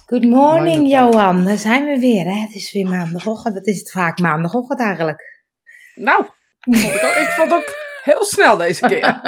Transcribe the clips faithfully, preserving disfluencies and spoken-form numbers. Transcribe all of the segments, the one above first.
Good morning, Johan. Daar zijn we weer, hè? Het is weer maandagochtend. Wat is het vaak maandagochtend eigenlijk? Nou, vond ik, ook, ik vond het ook heel snel deze keer.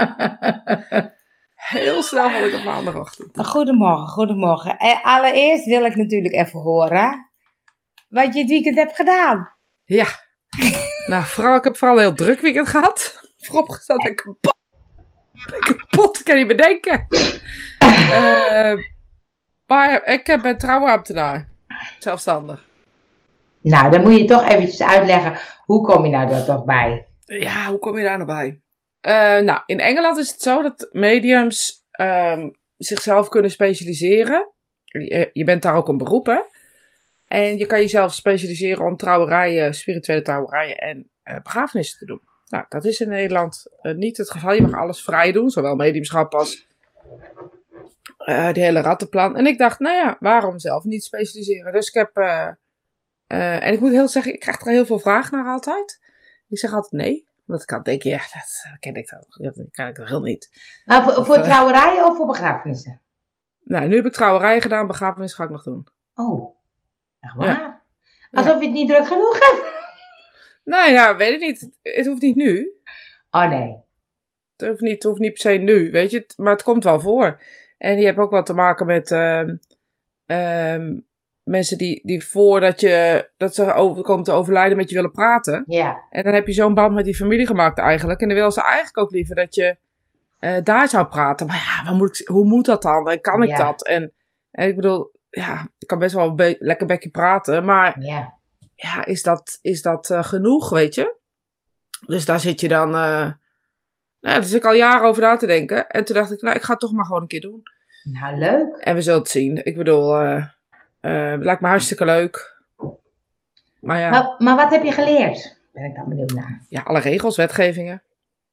Heel snel vond ik op maandagochtend. Goedemorgen, goedemorgen. Eh, allereerst wil ik natuurlijk even horen wat je het weekend hebt gedaan. Ja, nou, vooral, ik heb vooral een heel druk weekend gehad. Vooropgesteld en kapot. Kapot, kan je bedenken. Uh, maar ik ben trouwambtenaar. Zelfstandig. Nou, dan moet je toch eventjes uitleggen, hoe kom je nou daar toch bij? Ja, hoe kom je daar nou bij? Uh, nou, in Engeland is het zo dat mediums um, zichzelf kunnen specialiseren. Je, je bent daar ook een beroep, hè? En je kan jezelf specialiseren om trouwerijen, spirituele trouwerijen en uh, begrafenissen te doen. Nou, dat is in Nederland uh, niet het geval. Je mag alles vrij doen, zowel mediumschap als uh, die hele rattenplan. En ik dacht, nou ja, waarom zelf niet specialiseren? Dus ik heb, uh, uh, en ik moet heel zeggen, ik krijg er heel veel vragen naar altijd. Ik zeg altijd nee. Want ik had denk ja, dat ken ik dan. Dat kan ik toch heel niet. Maar voor, of, voor uh, trouwerijen of voor begrafenissen? Nou, nu heb ik trouwerijen gedaan, begrafenis ga ik nog doen. Oh, echt waar? Ja. Alsof je het niet druk genoeg hebt. Nou ja, weet ik niet. Het hoeft niet nu. Oh nee. Het hoeft niet, het hoeft niet per se nu, weet je. Maar het komt wel voor. En je hebt ook wat te maken met uh, uh, mensen die, die voordat je, dat ze over, komen te overlijden met je willen praten. Ja. En dan heb je zo'n band met die familie gemaakt eigenlijk. En dan willen ze eigenlijk ook liever dat je uh, daar zou praten. Maar ja, waar moet ik, hoe moet dat dan? En kan ik Ja. dat? En, en ik bedoel, ja, ik kan best wel een be- lekker bekje praten. Maar Ja. ja, is dat, is dat uh, genoeg, weet je? Dus daar zit je dan... Uh, nou, daar zit ik al jaren over na te denken. En toen dacht ik, nou, ik ga het toch maar gewoon een keer doen. Nou, leuk. En we zullen het zien. Ik bedoel, uh, uh, het lijkt me hartstikke leuk. Maar ja... Maar, maar wat heb je geleerd? Ben ik dan benieuwd naar. Ja, alle regels, wetgevingen.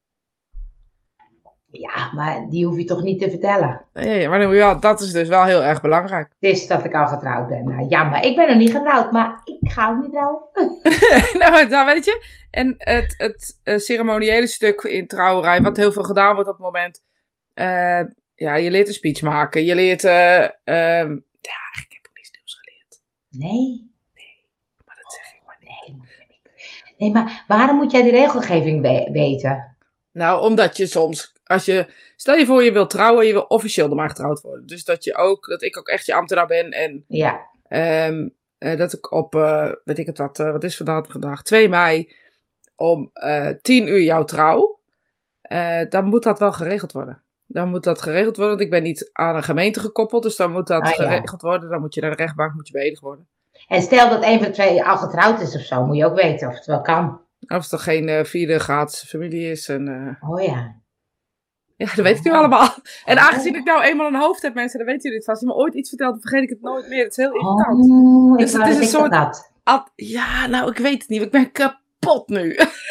Ja, maar die hoef je toch niet te vertellen? Nee, maar ja, dat is dus wel heel erg belangrijk. Het is dat ik al getrouwd ben. Nou, jammer, ik ben nog niet getrouwd, maar ik ga ook niet trouwen. nou, nou, weet je. En het, het uh, ceremoniële stuk in trouwerij, wat heel veel gedaan wordt op het moment. Uh, ja, je leert een speech maken. Je leert... Uh, um, ja, ik heb ook niets nieuws geleerd. Nee. Nee, maar dat zeg ik maar niet. Nee, nee, maar waarom moet jij die regelgeving we- weten? Nou, omdat je soms... Als je, stel je voor je wilt trouwen, je wil officieel er maar getrouwd worden. Dus dat je ook, dat ik ook echt je ambtenaar ben en ja. um, uh, dat ik op, uh, weet ik het wat, uh, wat is vandaag vandaag, twee mei om uh, tien uur jouw trouw, uh, dan moet dat wel geregeld worden. Dan moet dat geregeld worden, want ik ben niet aan een gemeente gekoppeld, dus dan moet dat ah, geregeld ja. worden. Dan moet je naar de rechtbank, moet je beëdigd worden. En stel dat een van de twee al getrouwd is of zo, moet je ook weten of het wel kan. Of er geen uh, vierde graads familie is. En, uh, oh ja. Ja, dat weet ik nu allemaal. En aangezien ik nou eenmaal een hoofd heb, mensen, dan weten jullie het vast. Als je me ooit iets vertelt, dan vergeet ik het nooit meer. Het is heel irritant. Oh, dus ik het is een soort... dat. Ad... Ja, nou, ik weet het niet. Ik ben kapot nu.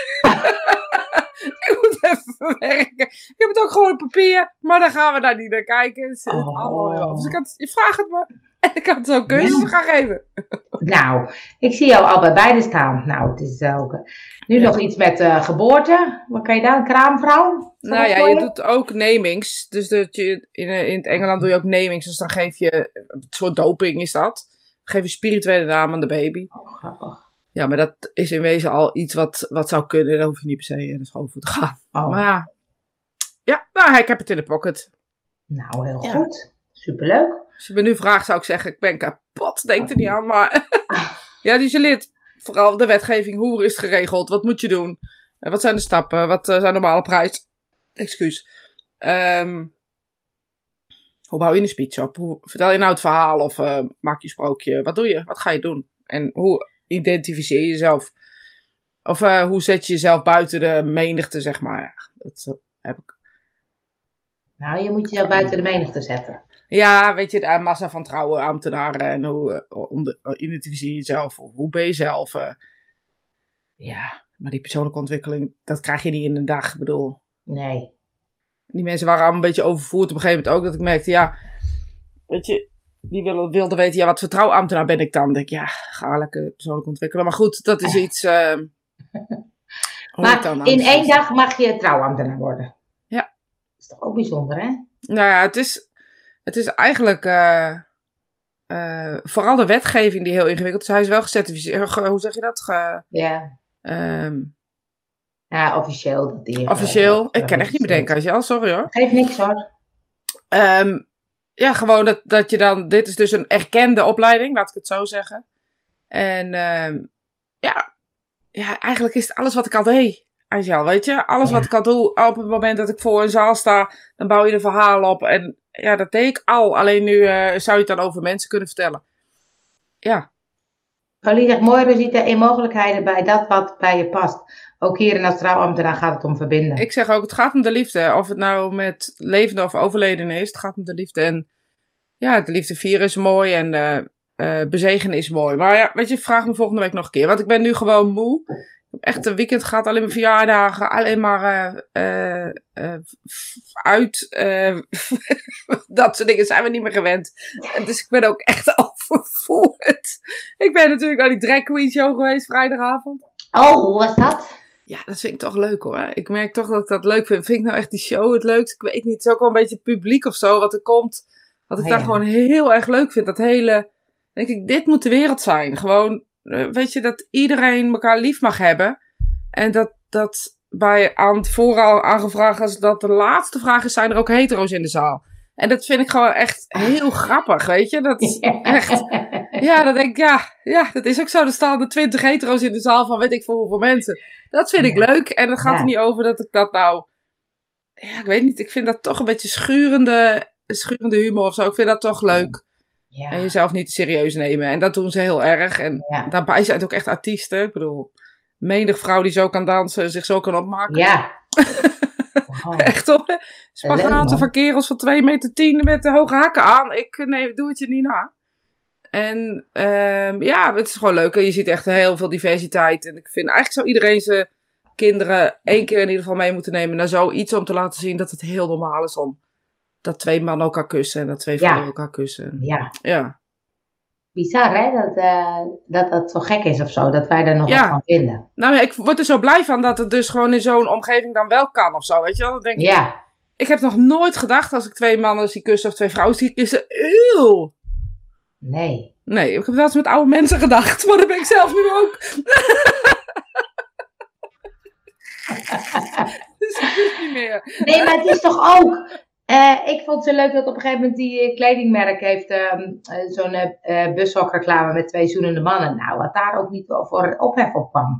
Ik moet even verwerken. Ik heb het ook gewoon op papier, maar dan gaan we daar niet naar kijken. Het oh. allemaal dus ik had, je vraagt het me en ik had zo keuzes ja. gaan geven. Nou, ik zie jou al bij beide staan. Nou, het is ook... Nu ja. nog iets met uh, geboorte. Wat kan je daar? Een kraamvrouw? Nou ja, je doet ook namings. Dus dat je, in, in het Engeland doe je ook namings. Dus dan geef je, een soort doping is dat. Dan geef je spirituele naam aan de baby. Oh, grappig. Ja, maar dat is in wezen al iets wat, wat zou kunnen. Daar hoef je niet per se in de school voor te gaan. Oh. Maar ja, ja, nou, ik heb het in de pocket. Nou, heel ja. goed. Superleuk. Als je me nu vraagt, zou ik zeggen, ik ben kapot. Denk er niet aan, maar... ja, dus je leert vooral de wetgeving. Hoe is het geregeld? Wat moet je doen? Wat zijn de stappen? Wat uh, zijn de normale prijs? Excuus. Um, hoe bouw je een speech op? Hoe, vertel je nou het verhaal? Of uh, maak je een sprookje? Wat doe je? Wat ga je doen? En hoe identificeer je jezelf? Of uh, hoe zet je jezelf buiten de menigte, zeg maar? Ja, dat uh, heb ik. Nou, je moet jezelf buiten de menigte zetten. Ja, weet je, de massa van trouwe ambtenaren. En hoe uh, onder, uh, identificeer je jezelf? Of hoe ben je zelf? Uh, ja, maar die persoonlijke ontwikkeling, dat krijg je niet in een dag. Ik bedoel... Nee. Die mensen waren allemaal een beetje overvoerd op een gegeven moment ook. Dat ik merkte, ja, weet je, die wilden, wilden weten, ja, wat voor trouwambtenaar ben ik dan? Dan denk ik, ja, ga lekker persoonlijk ontwikkelen. Maar goed, dat is iets... Uh, maar in één dag mag je trouwambtenaar worden. Ja. Dat is toch ook bijzonder, hè? Nou ja, het is, het is eigenlijk... Uh, uh, vooral de wetgeving die heel ingewikkeld is. Hij is wel gecertificeerd. Hoe zeg je dat? Ge, ja. Um, ja, officieel. Dat die officieel. Uh, ik kan echt niet bedenken, Angel. Sorry hoor. Geeft niks hoor. Um, ja, gewoon dat, dat je dan... Dit is dus een erkende opleiding, laat ik het zo zeggen. En um, ja, ja, eigenlijk is het alles wat ik al deed. Angel, weet je? Alles ja. wat ik al doe, op het moment dat ik voor een zaal sta, dan bouw je een verhaal op. En ja, dat deed ik al. Alleen nu uh, zou je het dan over mensen kunnen vertellen. Ja. Pauline zegt, mooi, er zitten er mogelijkheden bij dat wat bij je past. Ook hier in als trouwambtenaar gaat het om verbinden. Ik zeg ook, het gaat om de liefde. Of het nou met levende of overleden is, het gaat om de liefde. En ja, de liefde vieren is mooi en uh, uh, bezegenen is mooi. Maar ja, weet je, vraag me volgende week nog een keer. Want ik ben nu gewoon moe. Ik heb echt een weekend gehad, alleen maar verjaardagen, alleen maar uh, uh, uh, uit. Uh, dat soort dingen zijn we niet meer gewend. En dus ik ben ook echt overvoerd. Ik ben natuurlijk naar die drag queen show geweest vrijdagavond. Oh, hoe was dat? Ja, dat vind ik toch leuk hoor. Ik merk toch dat ik dat leuk vind. Vind ik nou echt die show het leukst? Ik weet niet, het is ook wel een beetje het publiek of zo wat er komt. Wat ik oh, daar ja. gewoon heel erg leuk vind. Dat hele, denk ik, dit moet de wereld zijn. Gewoon, weet je, dat iedereen elkaar lief mag hebben. En dat, dat bij aan het vooral aangevraagd is dat de laatste vraag is, zijn er ook hetero's in de zaal? En dat vind ik gewoon echt heel grappig, weet je. Dat is echt, ja, dan denk ik, ja, ja, dat is ook zo. Er staan er twintig hetero's in de zaal van weet ik veel hoeveel mensen. Dat vind ik leuk. En het gaat ja. er niet over dat ik dat nou, ja, ik weet niet. Ik vind dat toch een beetje schurende, schurende humor of zo. Ik vind dat toch leuk. Ja. En jezelf niet te serieus nemen. En dat doen ze heel erg. En ja. daarbij zijn het ook echt artiesten. Ik bedoel, menig vrouw die zo kan dansen, zich zo kan opmaken. Ja. Wow. Echt hoor. Spag een aantal van kerels van twee meter tien met de hoge hakken aan. Ik, nee, doe het je niet na. En um, ja, het is gewoon leuk. Je ziet echt heel veel diversiteit. En ik vind eigenlijk zou iedereen zijn kinderen één keer in ieder geval mee moeten nemen naar zoiets om te laten zien dat het heel normaal is om dat twee mannen elkaar kussen en dat twee vrouwen ja. elkaar kussen. Ja. Ja. Bizar hè, dat, uh, dat dat zo gek is of zo, dat wij er nog ja. wat van vinden. Nou ja, ik word er zo blij van dat het dus gewoon in zo'n omgeving dan wel kan of zo, weet je wel. Dan denk ja. ik, ik heb nog nooit gedacht als ik twee mannen zie kussen of twee vrouwen zie kussen, eeuw. Nee. Nee, ik heb wel eens met oude mensen gedacht, maar dat ben ik zelf nu ook. Dus ik weet niet meer. Nee, maar het is toch ook... Uh, ik vond het zo leuk dat op een gegeven moment die uh, kledingmerk heeft uh, uh, zo'n uh, bushokreclame met twee zoenende mannen. Nou, wat daar ook niet wel voor ophef op kwam.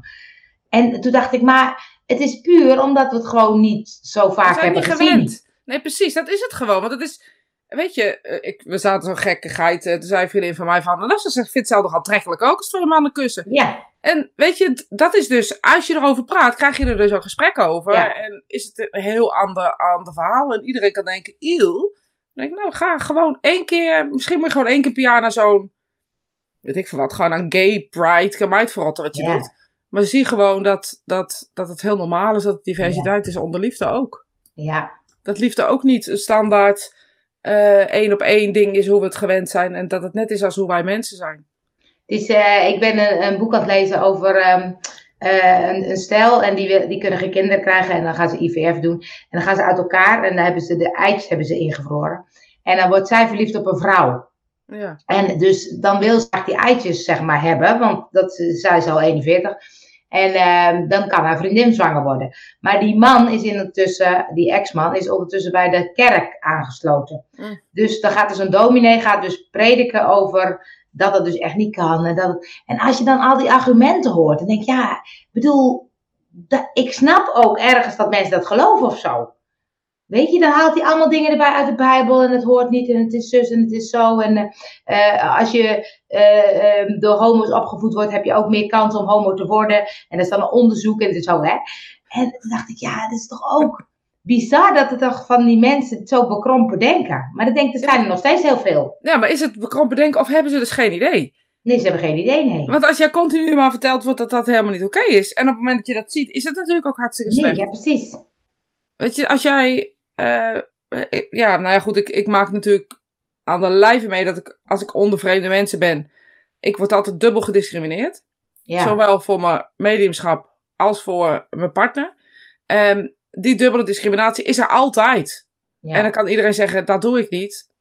En toen dacht ik, maar het is puur omdat we het gewoon niet zo vaak hebben niet gezien. Gewend. Nee, precies, dat is het gewoon. Want het is, weet je, ik, we zaten zo'n gekkigheid. Toen zei een vriendin van mij van, nou, ze vindt het zelf nog aantrekkelijk ook als twee mannen kussen. Ja. En weet je, dat is dus, als je erover praat, krijg je er dus ook gesprek over. Ja. En is het een heel ander, ander verhaal. En iedereen kan denken, eeuw. Dan denk ik, nou, ga gewoon één keer, misschien moet je gewoon één keer per jaar naar zo'n, weet ik veel wat, gewoon een gay pride. Kan mij het verrotten wat je ja. doet. Maar zie gewoon dat, dat, dat het heel normaal is, dat diversiteit ja. is onder liefde ook. Ja. Dat liefde ook niet een standaard uh, één op één ding is hoe we het gewend zijn. En dat het net is als hoe wij mensen zijn. Dus, uh, ik ben een, een boek aan het lezen over um, uh, een, een stel en die, die kunnen geen kinderen krijgen en dan gaan ze I V F doen. En dan gaan ze uit elkaar en dan hebben ze de eitjes hebben ze ingevroren. En dan wordt zij verliefd op een vrouw. Ja. En dus dan wil ze die eitjes zeg maar hebben, want dat, zij is al eenenveertig. En uh, dan kan haar vriendin zwanger worden. Maar die man is ondertussen, die ex-man, is ondertussen bij de kerk aangesloten. Mm. Dus dan gaat dus een dominee gaat dus prediken over dat het dus echt niet kan. En, dat het, en als je dan al die argumenten hoort, dan denk je, ja, ik bedoel, dat, ik snap ook ergens dat mensen dat geloven of zo. Weet je, dan haalt hij allemaal dingen erbij uit de Bijbel en het hoort niet en het is zus en het is zo. En uh, als je uh, uh, door homo's opgevoed wordt, heb je ook meer kans om homo te worden. En er is dan een onderzoek en het is zo, hè. En toen dacht ik, ja, dat is toch ook bizar dat het toch van die mensen het zo bekrompen denken. Maar ik denk, er zijn er nog steeds heel veel. Ja, maar is het bekrompen denken of hebben ze dus geen idee? Nee, ze hebben geen idee, nee. Want als jij continu maar verteld wordt dat dat helemaal niet oké okay is. En op het moment dat je dat ziet, is het natuurlijk ook hartstikke slecht. Nee, ja, precies. Weet je, als jij... Uh, ja, nou ja, goed, ik, ik maak natuurlijk aan de lijve mee dat ik, als ik onder vreemde mensen ben, ik word altijd dubbel gediscrimineerd. Ja. Zowel voor mijn mediumschap als voor mijn partner. Um, die dubbele discriminatie is er altijd. Ja. En dan kan iedereen zeggen, dat doe ik niet.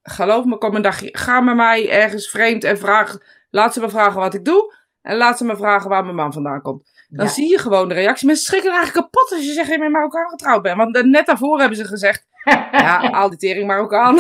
geloof me, kom een dagje, ga met mij ergens vreemd en vraag, laat ze me vragen wat ik doe. En laat ze me vragen waar mijn man vandaan komt. Dan ja. zie je gewoon de reactie. Mensen schrikken er eigenlijk kapot als je zegt dat je met Marokkaan getrouwd bent. Want net daarvoor hebben ze gezegd, ja, al die tering Marokkaan.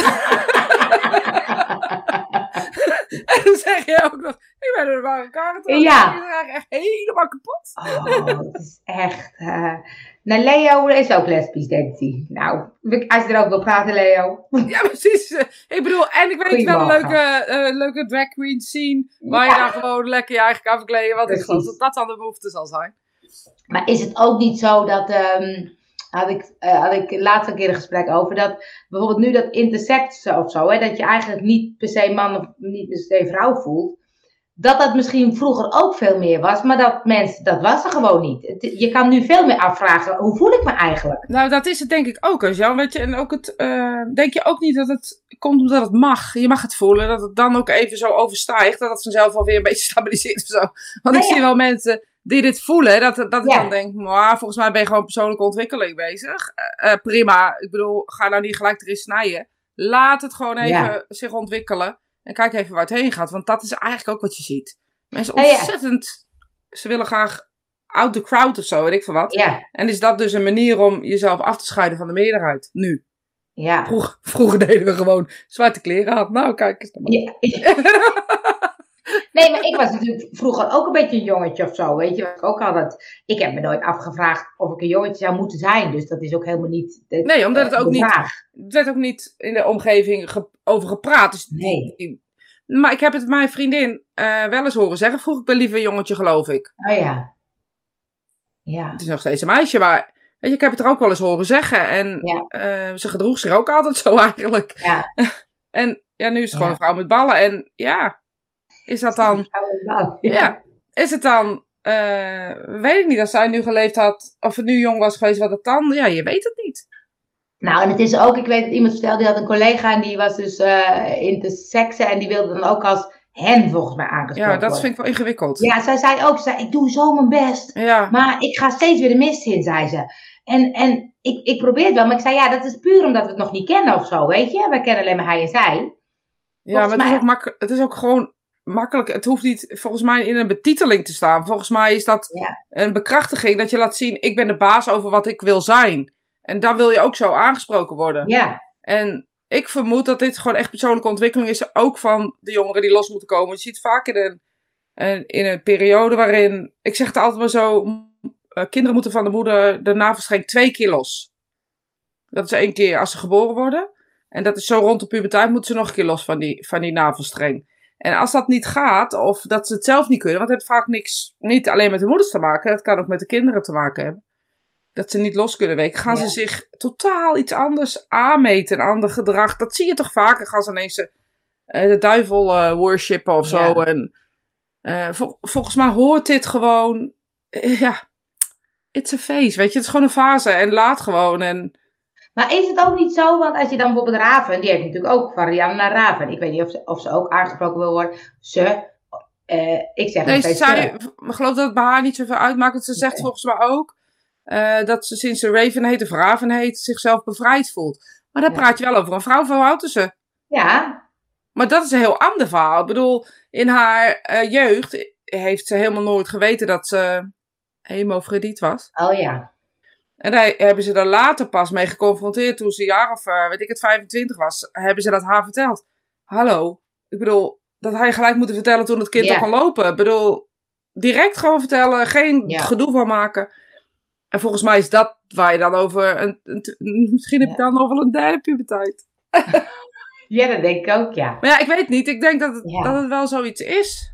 En dan zeg je ook nog, ik ben er Marokkaan getrouwd. Ja. Die zijn echt helemaal kapot. Oh, het is echt... Uh... Nou, Leo is ook lesbisch, denkt hij. Nou, als je erover wil praten, Leo. Ja, precies. Ik bedoel, en ik weet wel een leuke, uh, leuke drag queen scene. Waar ja. je dan gewoon lekker je eigen kan verkleden. Want precies. Ik geloof dat dat dan de behoefte zal zijn. Maar is het ook niet zo dat... Um, had ik, uh, had ik laatst een keer een gesprek over. Dat bijvoorbeeld nu dat intersex of zo. Hè, dat je eigenlijk niet per se man of niet per se vrouw voelt. Dat dat misschien vroeger ook veel meer was, maar dat mensen, dat was er gewoon niet. Je kan nu veel meer afvragen, hoe voel ik me eigenlijk? Nou, dat is het denk ik ook, Jan. Weet je, en ook het, uh, denk je ook niet dat het komt omdat het mag. Je mag het voelen, dat het dan ook even zo overstijgt, dat het vanzelf alweer een beetje stabiliseert of zo. Want ik ja, zie ja. wel mensen die dit voelen, dat, dat ik ja. dan denk, nou, volgens mij ben je gewoon persoonlijke ontwikkeling bezig. Uh, uh, prima, ik bedoel, ga nou niet gelijk erin snijden. Laat het gewoon even ja. zich ontwikkelen. En kijk even waar het heen gaat. Want dat is eigenlijk ook wat je ziet. Mensen ontzettend... Ja, ja. Ze willen graag out the crowd of zo. Weet ik veel wat. Ja. En is dat dus een manier om jezelf af te scheiden van de meerderheid. Nu. Ja. Vroeg, vroeger deden we gewoon zwarte kleren aan. Nou, kijk eens. Ja. Nee, maar ik was natuurlijk vroeger ook een beetje een jongetje of zo. Weet je, ik ook altijd... Ik heb me nooit afgevraagd of ik een jongetje zou moeten zijn. Dus dat is ook helemaal niet... De, nee, omdat het ook niet... vraag. Het werd ook niet in de omgeving ge- over gepraat. Dus nee. Maar ik heb het mijn vriendin uh, wel eens horen zeggen. Vroeg ik ben liever een jongetje, geloof ik. Oh ja. Ja. Het is nog steeds een meisje, maar... Weet je, ik heb het er ook wel eens horen zeggen. En ja. uh, ze gedroeg zich ook altijd zo eigenlijk. Ja. En ja, nu is het gewoon ja. een vrouw met ballen. En ja... Is dat dan... Ja. ja. Is het dan... Uh, weet ik niet, als zij nu geleefd had... Of het nu jong was geweest, wat het dan... Ja, je weet het niet. Nou, en het is ook... Ik weet dat iemand vertelde... Die had een collega en die was dus uh, interseksen. En die wilde dan ook als hen volgens mij aangesproken Ja, dat worden. vind ik wel ingewikkeld. Ja, zij zei ook... Zij, ik doe zo mijn best. Ja. Maar ik ga steeds weer de mist in, zei ze. En, en ik, ik probeer het wel. Maar ik zei... Ja, dat is puur omdat we het nog niet kennen of zo, weet je. We kennen alleen maar hij en zij. Volgens ja, maar het, mij... is ook mak- het is ook gewoon... makkelijk. Het hoeft niet volgens mij in een betiteling te staan. Volgens mij is dat ja. een bekrachtiging dat je laat zien, ik ben de baas over wat ik wil zijn. En dan wil je ook zo aangesproken worden. Ja. En ik vermoed dat dit gewoon echt persoonlijke ontwikkeling is, ook van de jongeren die los moeten komen. Je ziet vaak in een, een, in een periode waarin, ik zeg het altijd maar zo, uh, kinderen moeten van de moeder de navelstreng twee keer los. Dat is één keer als ze geboren worden. En dat is zo rond de puberteit moeten ze nog een keer los van die, van die navelstreng. En als dat niet gaat, of dat ze het zelf niet kunnen, want het heeft vaak niks, niet alleen met de moeders te maken, het kan ook met de kinderen te maken hebben, dat ze niet los kunnen weken, gaan ja. ze zich totaal iets anders aanmeten, een ander gedrag. Dat zie je toch vaker, gaan ze ineens uh, de duivel uh, worshipen of zo. Ja. En uh, vol, volgens mij hoort dit gewoon, uh, ja, it's a phase, weet je, het is gewoon een fase en laat gewoon en... Maar is het ook niet zo, want als je dan bijvoorbeeld Raven, die heeft natuurlijk ook varianten naar Raven. Ik weet niet of ze, of ze ook aangesproken wil worden. Ze, uh, ik zeg nee, nog steeds zij, ik geloof dat het bij haar niet zoveel uitmaakt. Want ze zegt okay. volgens mij ook uh, dat ze sinds ze Raven heet of Raven heet, zichzelf bevrijd voelt. Maar dan ja. praat je wel over een vrouw, van hoe oud is ze? Ja. Maar dat is een heel ander verhaal. Ik bedoel, in haar uh, jeugd heeft ze helemaal nooit geweten dat ze hemofrediet was. Oh ja. En daar hebben ze er later pas mee geconfronteerd toen ze een jaar of, uh, weet ik het, vijfentwintig was. Hebben ze dat haar verteld. Hallo. Ik bedoel, dat had je gelijk moeten vertellen toen het kind yeah. al kon lopen. Ik bedoel, direct gewoon vertellen, geen yeah. gedoe van maken. En volgens mij is dat waar je dan over, een, een, een, misschien heb je yeah. dan over een derde puberteit. Ja, dat denk ik ook, ja. Maar ja, ik weet niet. Ik denk dat het, yeah. dat het wel zoiets is.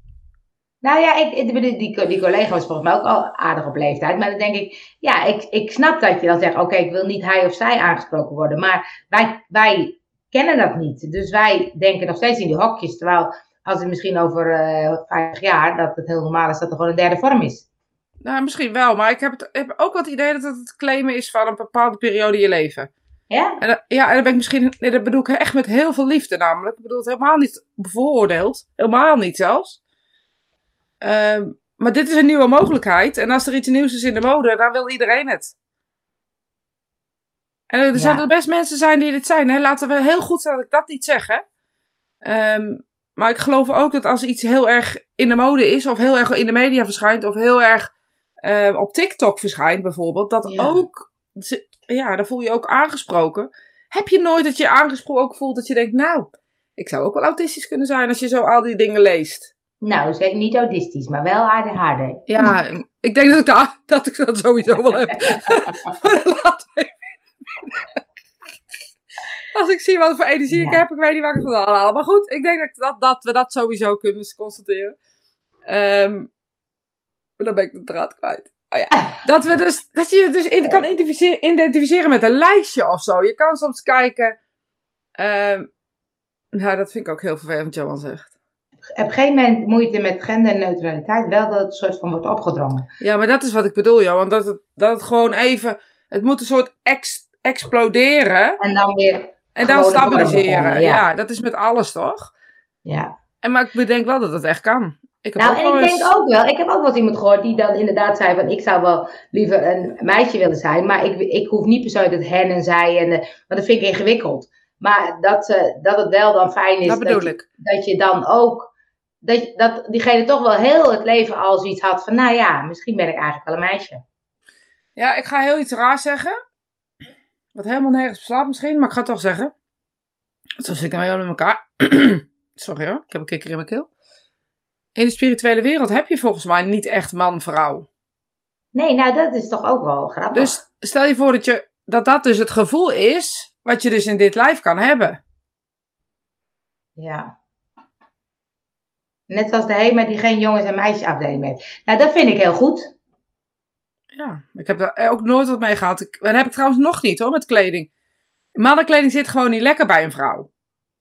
Nou ja, ik, ik, die, die, die collega was volgens mij ook al aardig op leeftijd. Maar dan denk ik, ja, ik, ik snap dat je dan zegt, oké, okay, ik wil niet hij of zij aangesproken worden. Maar wij, wij kennen dat niet. Dus wij denken nog steeds in die hokjes. Terwijl, als het misschien over uh, vijftig jaar, dat het heel normaal is dat er gewoon een derde vorm is. Nou, misschien wel. Maar ik heb, het, heb ook wel het idee dat het het claimen is van een bepaalde periode in je leven. Ja? En, dat, ja, en dat ben ik misschien, nee, dat bedoel ik echt met heel veel liefde namelijk. Ik bedoel het helemaal niet bevooroordeeld. Helemaal niet zelfs. Uh, maar dit is een nieuwe mogelijkheid. En als er iets nieuws is in de mode, dan wil iedereen het. En er Ja. zouden best mensen zijn die dit zijn. Hè? Laten we heel goed zijn dat ik dat niet zeg. Hè? Ehm, maar ik geloof ook dat als iets heel erg in de mode is, of heel erg in de media verschijnt, of heel erg eh, op TikTok verschijnt bijvoorbeeld, dat Ja. ook, ja, dan voel je je ook aangesproken. Heb je nooit dat je je aangesproken ook voelt dat je denkt, nou, ik zou ook wel autistisch kunnen zijn als je zo al die dingen leest? Nou, zeker niet autistisch, maar wel A D H D. Ja, ik denk dat ik dat, dat, ik dat sowieso wel heb. Maar laat even. Als ik zie wat voor energie ik Ja. heb, ik weet niet waar ik het vandaan haal. Maar goed, ik denk dat, dat, dat we dat sowieso kunnen constateren. Ehm dan ben ik de draad kwijt. Oh ja. Dat, we dus, dat je je dus in, kan identificeren, identificeren met een lijstje of zo. Je kan soms kijken. ehm nou, dat vind ik ook heel vervelend, Johan zegt. Ik heb geen men- moeite met genderneutraliteit, wel dat het soort van wordt opgedrongen. Ja, maar dat is wat ik bedoel, Johan. Dat het, dat het gewoon even. Het moet een soort ex, exploderen. En dan weer. En dan gewone vormen stabiliseren. bekomen, Ja. ja. dat is met alles toch? Ja. En maar ik bedenk wel dat het echt kan. Ik heb Nou, ook en wel ik eens... denk ook wel, ik heb ook wel eens iemand gehoord die dan inderdaad zei van, ik zou wel liever een meisje willen zijn, maar ik, ik hoef niet per se het hen en zij, en, eh, want dat vind ik ingewikkeld. Maar dat, eh, dat het wel dan fijn is Dat dat, bedoel je, ik. dat je dan ook, dat, je- dat diegene toch wel heel het leven al zoiets had van, nou ja, misschien ben ik eigenlijk wel een meisje. Ja, ik ga heel iets raars zeggen. Wat helemaal nergens op slaat misschien, maar ik ga het toch zeggen. Zo zit ik nou heel in elkaar. Sorry hoor, ik heb een kikker in mijn keel. In de spirituele wereld heb je volgens mij niet echt man-vrouw. Nee, nou dat is toch ook wel grappig. Dus stel je voor dat, je, dat dat dus het gevoel is wat je dus in dit lijf kan hebben. Ja. Net zoals de HEMA die geen jongens- en meisjesafdeling heeft. Nou, dat vind ik heel goed. Ja, ik heb daar ook nooit wat mee gehad. Ik, dat heb ik trouwens nog niet hoor, met kleding. Mannenkleding zit gewoon niet lekker bij een vrouw.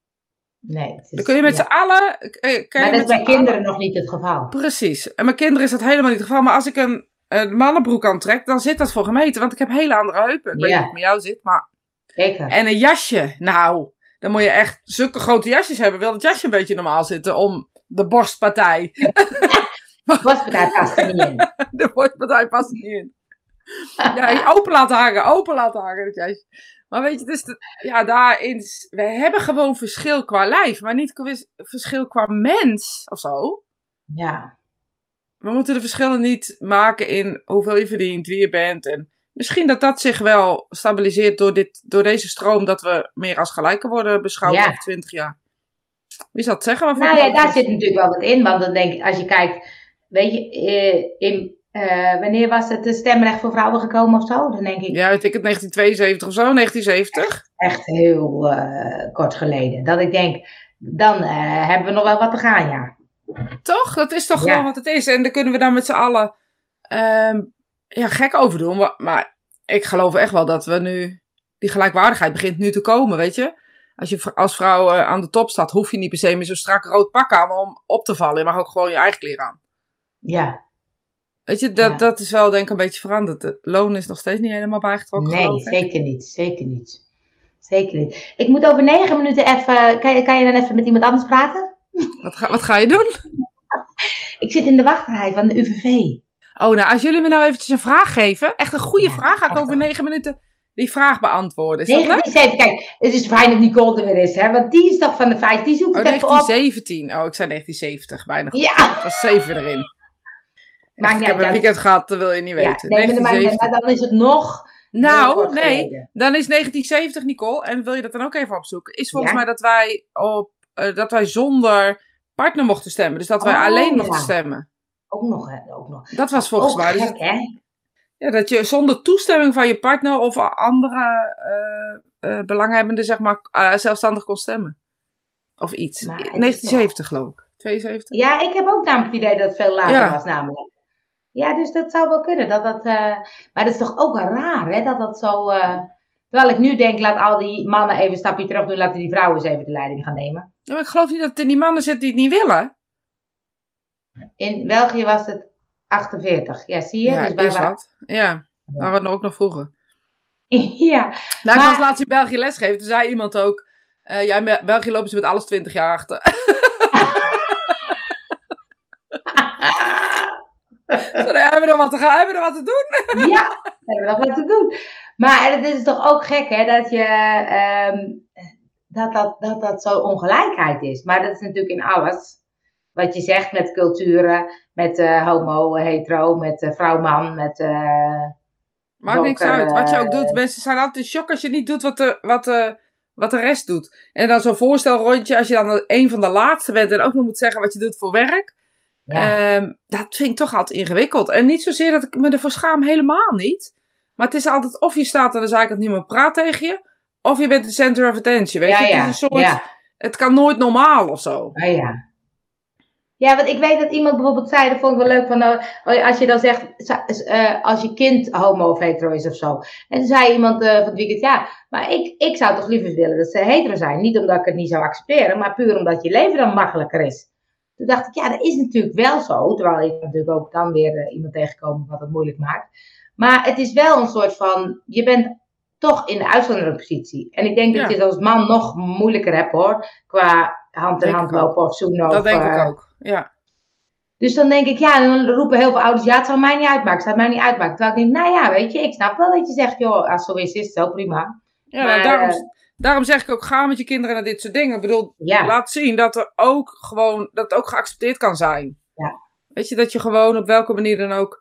Nee. het is- Dan kun je met ja. z'n allen... eh, Kun je Maar dat met is bij z'n kinderen allen- nog niet het geval. Precies. En mijn kinderen is dat helemaal niet het geval. Maar als ik een, een mannenbroek aantrek, dan zit dat voor gemeten. Want ik heb hele andere heupen. Ik weet Ja. niet hoe het met jou zit, maar... Zeker. En een jasje. Nou, dan moet je echt zulke grote jasjes hebben. Wil het jasje een beetje normaal zitten om de borstpartij. Borstpartij past er niet in. De borstpartij past er niet in. Ja, je open laten hangen. Open laten hangen, dat jasje. Maar weet je, dus de, ja, daarin... We hebben gewoon verschil qua lijf. Maar niet kwa- verschil qua mens of zo. Ja. We moeten de verschillen niet maken in hoeveel je verdient, wie je bent. En misschien dat dat zich wel stabiliseert door, dit, door deze stroom. Dat we meer als gelijken worden beschouwd Ja. over twintig jaar. Wie zal het zeggen? Waarvan Nou ik ja, het daar over- zit natuurlijk wel wat in. Want dan denk ik, als je kijkt, weet je, eh, in, eh, wanneer was het de stemrecht voor vrouwen gekomen of zo? Dan denk ik, Ja, weet ik het, negentien tweeënzeventig of zo, negentien zeventig. echt heel eh, kort geleden. Dat ik denk, dan eh, hebben we nog wel wat te gaan, ja. Toch? Dat is toch Ja. gewoon wat het is. En daar kunnen we dan met z'n allen ehm, ja, gek over doen. Maar, maar ik geloof echt wel dat we nu... Die gelijkwaardigheid begint nu te komen, weet je. Als je v- als vrouw eh, aan de top staat, hoef je niet per se meer zo'n strak rood pak aan om op te vallen. Je mag ook gewoon je eigen kleren aan. Ja, Weet je, dat, Ja. dat is wel denk ik een beetje veranderd. Het loon is nog steeds niet helemaal bijgetrokken, nee, geloof ik. zeker niet. Zeker niet. Zeker niet. Ik moet over negen minuten even, kan je, kan je dan even met iemand anders praten? Wat ga, wat ga je doen? Ik zit in de wachtrij van de U V V. Oh, nou, als jullie me nou eventjes een vraag geven. Echt een goede Ja, vraag. Ga ik echt over wel. negen minuten die vraag beantwoorden. Is dat leuk? negentien zeventig, kijk, het is fijn dat Nicole er weer is, hè, want die is toch van de vijf, die zoekt Oh, het even op. negentien zeventien. Oh, ik zei negentien zeventig. Bijna goed. Ja, Dat was zeven erin. maakt Ik niet heb uit. een weekend gehad, dat wil je niet Ja, weten. nee, maar, dan maakt niet uit, negentien zeventig. maar dan is het nog heel Nou, kort nee. geleden. Dan is negentien zeventig, Nicole. En wil je dat dan ook even opzoeken? Is volgens Ja. mij dat wij, op, eh, dat wij zonder partner mochten stemmen. Dus dat wij Oh, alleen ja. mochten stemmen. Ook nog, hè, ook nog. Dat was volgens Ook mij. Dus gek, hè? ja, dat je zonder toestemming van je partner of andere eh, eh, belanghebbenden, zeg maar, eh, zelfstandig kon stemmen. Of iets. Maar het is negentien zeventig geloof ik. tweeënzeventig. Ja, ik heb ook namelijk het idee dat het veel later Ja. was, namelijk. Ja, dus dat zou wel kunnen. Dat dat, eh, Maar dat is toch ook wel raar, hè? Dat dat zo... eh, Terwijl ik nu denk, laat al die mannen even een stapje terug doen. Laten die vrouwen eens even de leiding gaan nemen. Ja, maar ik geloof niet dat het in die mannen zit die het niet willen. In België was het achtenveertig. Ja, zie je? Ja, dus wij is waren... dat. Ja, dat waren we ook nog vroeger. Ja, Nou, ik Maar- was laatst in België lesgeven. Toen zei iemand ook... eh, ja, in Bel- België lopen ze met alles twintig jaar achter. Zo, dan hebben we nog wat te gaan, hebben we nog wat te doen. ja, hebben we nog wat te doen. Maar het is toch ook gek, hè, dat je... Um, dat, dat, dat dat zo ongelijkheid is. Maar dat is natuurlijk in alles. Wat je zegt met culturen, met uh, homo, hetero, met uh, vrouw-man, met... Uh, Maakt niks uit. Wat je ook doet. Mensen zijn altijd in shock als je niet doet wat de, wat de, wat de rest doet. En dan zo'n voorstelrondje, als je dan een van de laatste bent en ook nog moet zeggen wat je doet voor werk. Ja. Um, dat vind ik toch altijd ingewikkeld. En niet zozeer dat ik me ervoor schaam, helemaal niet. Maar het is altijd of je staat aan de zijkant niemand praat tegen je, of je bent de center of attention. Weet ja, je, het ja, is een soort, ja. Het kan nooit normaal of zo. Ja, ja. Ja, want ik weet dat iemand bijvoorbeeld zei, dat vond ik wel leuk, van, uh, als je dan zegt, uh, als je kind homo of hetero is of zo. En toen zei iemand uh, van het weekend, ja, maar ik, ik zou toch liever willen dat ze hetero zijn. Niet omdat ik het niet zou accepteren, maar puur omdat je leven dan makkelijker is. Toen dacht ik, ja, dat is natuurlijk wel zo. Terwijl ik natuurlijk ook dan weer uh, iemand tegenkomen wat het moeilijk maakt. Maar het is wel een soort van, je bent toch in de uitzonderlijke positie. En ik denk dat ja. je het als man nog moeilijker hebt, hoor. Qua hand in hand lopen of zoenen. Dat of, denk uh, ik ook, ja. Dus dan denk ik, ja, dan roepen heel veel ouders, ja, het zou mij niet uitmaken, het zou mij niet uitmaken. Terwijl ik denk, nou ja, weet je, ik snap wel dat je zegt, joh, als zo is, is het zo, prima. Ja, maar, daarom, uh, daarom zeg ik ook, ga met je kinderen naar dit soort dingen. Ik bedoel, ja. laat zien dat er ook gewoon, dat het ook geaccepteerd kan zijn. Ja. Weet je, dat je gewoon op welke manier dan ook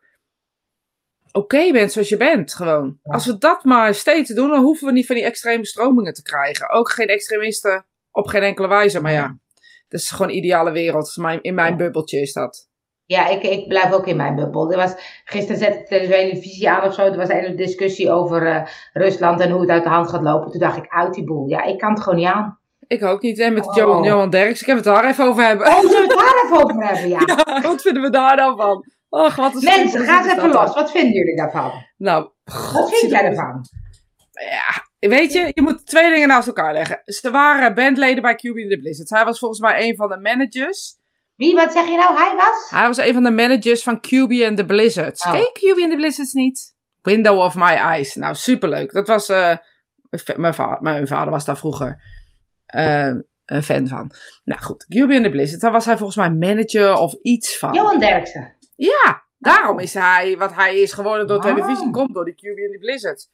oké okay bent zoals je bent, gewoon. Ja. Als we dat maar steeds doen, dan hoeven we niet van die extreme stromingen te krijgen. Ook geen extremisten op geen enkele wijze, maar ja. Dat is gewoon een ideale wereld. In mijn ja. bubbeltje is dat. Ja, ik, ik blijf ook in mijn bubbel. Er was, gisteren zette ik de televisie aan of zo. Er was een hele discussie over uh, Rusland en hoe het uit de hand gaat lopen. Toen dacht ik, uit die boel. Ja, ik kan het gewoon niet aan. Ik ook niet. En met oh. Johan, Johan Derks. Ik heb het daar even over hebben. Oh, zullen we het daar even over hebben, ja. ja. Wat vinden we daar dan van? Och, wat een Mensen, ga eens even los. Wat vinden jullie daarvan? Nou, wat vind jij daarvan? Ja, weet je, je moet twee dingen naast elkaar leggen. Ze waren bandleden bij Q B and the Blizzards. Hij was volgens mij een van de managers. Wie, wat zeg je nou? Hij was? Hij was een van de managers van Q B and the Blizzards. Oh. Ken je Q B and the Blizzards niet? Window of My Eyes. Nou, superleuk. Dat was, uh, mijn, vader, mijn vader was daar vroeger uh, een fan van. Nou goed, Q B and the Blizzards. Daar was hij volgens mij manager of iets van. Johan Derksen. Ja, daarom is hij wat hij is geworden door televisie. Oh. Komt door de Q B and the Blizzards.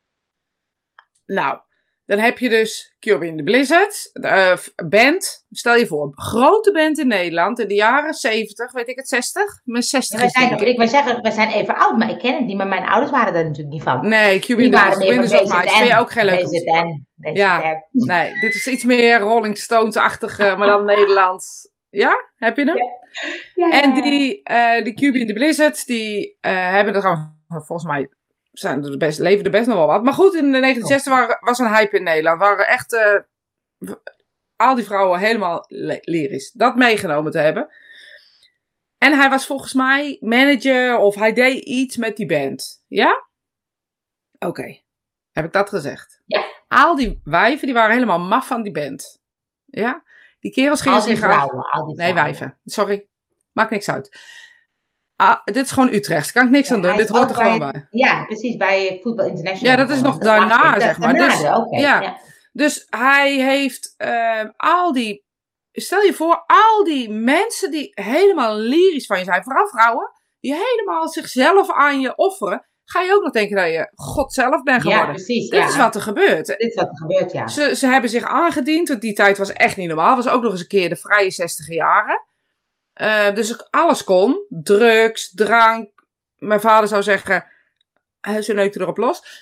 Nou, dan heb je dus Q B and the Blizzards, uh, band, stel je voor, grote band in Nederland in de jaren zeventig, weet ik het, zestig? Mijn zestig ja, wij, zijn, ik, wij zeggen, wij zijn even oud, maar ik ken het niet, maar mijn ouders waren er natuurlijk niet van. Nee, Q B and the Blizzards, dat vind je ook geen leuk. B Z N. Ja, nee, dit is iets meer Rolling Stones-achtig, uh, maar dan Nederlands. Ja, heb je hem? Ja. Ja, ja. En die, uh, die Q B and the Blizzards, die uh, hebben er gewoon, volgens mij, zijn er best, leven er best nog wel wat. Maar goed, in de negentien zestig waren, was een hype in Nederland. Waren echt uh, al die vrouwen helemaal lyrisch. Dat meegenomen te hebben. En hij was volgens mij manager of hij deed iets met die band. Ja? Oké. Okay. Heb ik dat gezegd? Ja. Al die wijven, die waren helemaal maf van die band. Ja? Die kerels gingen zich graag... vrouwen, al die nee, wijven. Sorry. Maakt niks uit. Ah, dit is gewoon Utrecht. Daar kan ik niks ja, aan doen. Dit hoort er gewoon bij, bij. Ja, precies. Bij Football International. Ja, dat is nog dat daarna, dat zeg maar. Daarna, dus, okay, ja. ja. dus hij heeft uh, al die... Stel je voor, al die mensen die helemaal lyrisch van je zijn. Vooral vrouwen. Die helemaal zichzelf aan je offeren. Ga je ook nog denken dat je God zelf bent geworden. Ja, precies. Dit ja. is wat er gebeurt. Dit is wat er gebeurt, ja. Ze, ze hebben zich aangediend. Want die tijd was echt niet normaal. Was ook nog eens een keer de vrije zestiger jaren. Uh, dus alles kon. Drugs, drank. Mijn vader zou zeggen... Ze neukte erop los.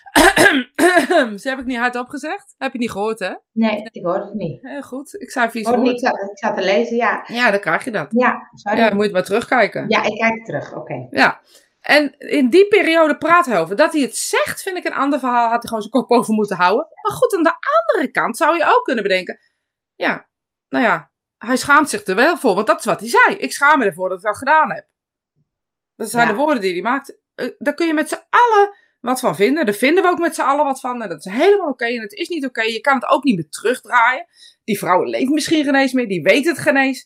Ze heb ik niet hardop gezegd. Heb je niet gehoord, hè? Nee, ik hoorde het niet. Heel goed. Ik zei vies woord. Ik, ik zat te lezen, ja. Ja, dan krijg je dat. Ja, sorry. Ja, dan moet je het maar terugkijken. Ja, ik kijk terug, oké. Okay. Ja. En in die periode praat hij over. Dat hij het zegt, vind ik een ander verhaal. Had hij gewoon zijn kop over moeten houden. Maar goed, aan de andere kant zou je ook kunnen bedenken. Ja, nou ja. Hij schaamt zich er wel voor, want dat is wat hij zei. Ik schaam me ervoor dat ik dat gedaan heb. Dat zijn ja. de woorden die hij maakt. Uh, daar kun je met z'n allen wat van vinden. Daar vinden we ook met z'n allen wat van. En dat is helemaal oké. Okay. En het is niet oké. Okay. Je kan het ook niet meer terugdraaien. Die vrouw leeft misschien geen eens meer. Die weet het geen eens.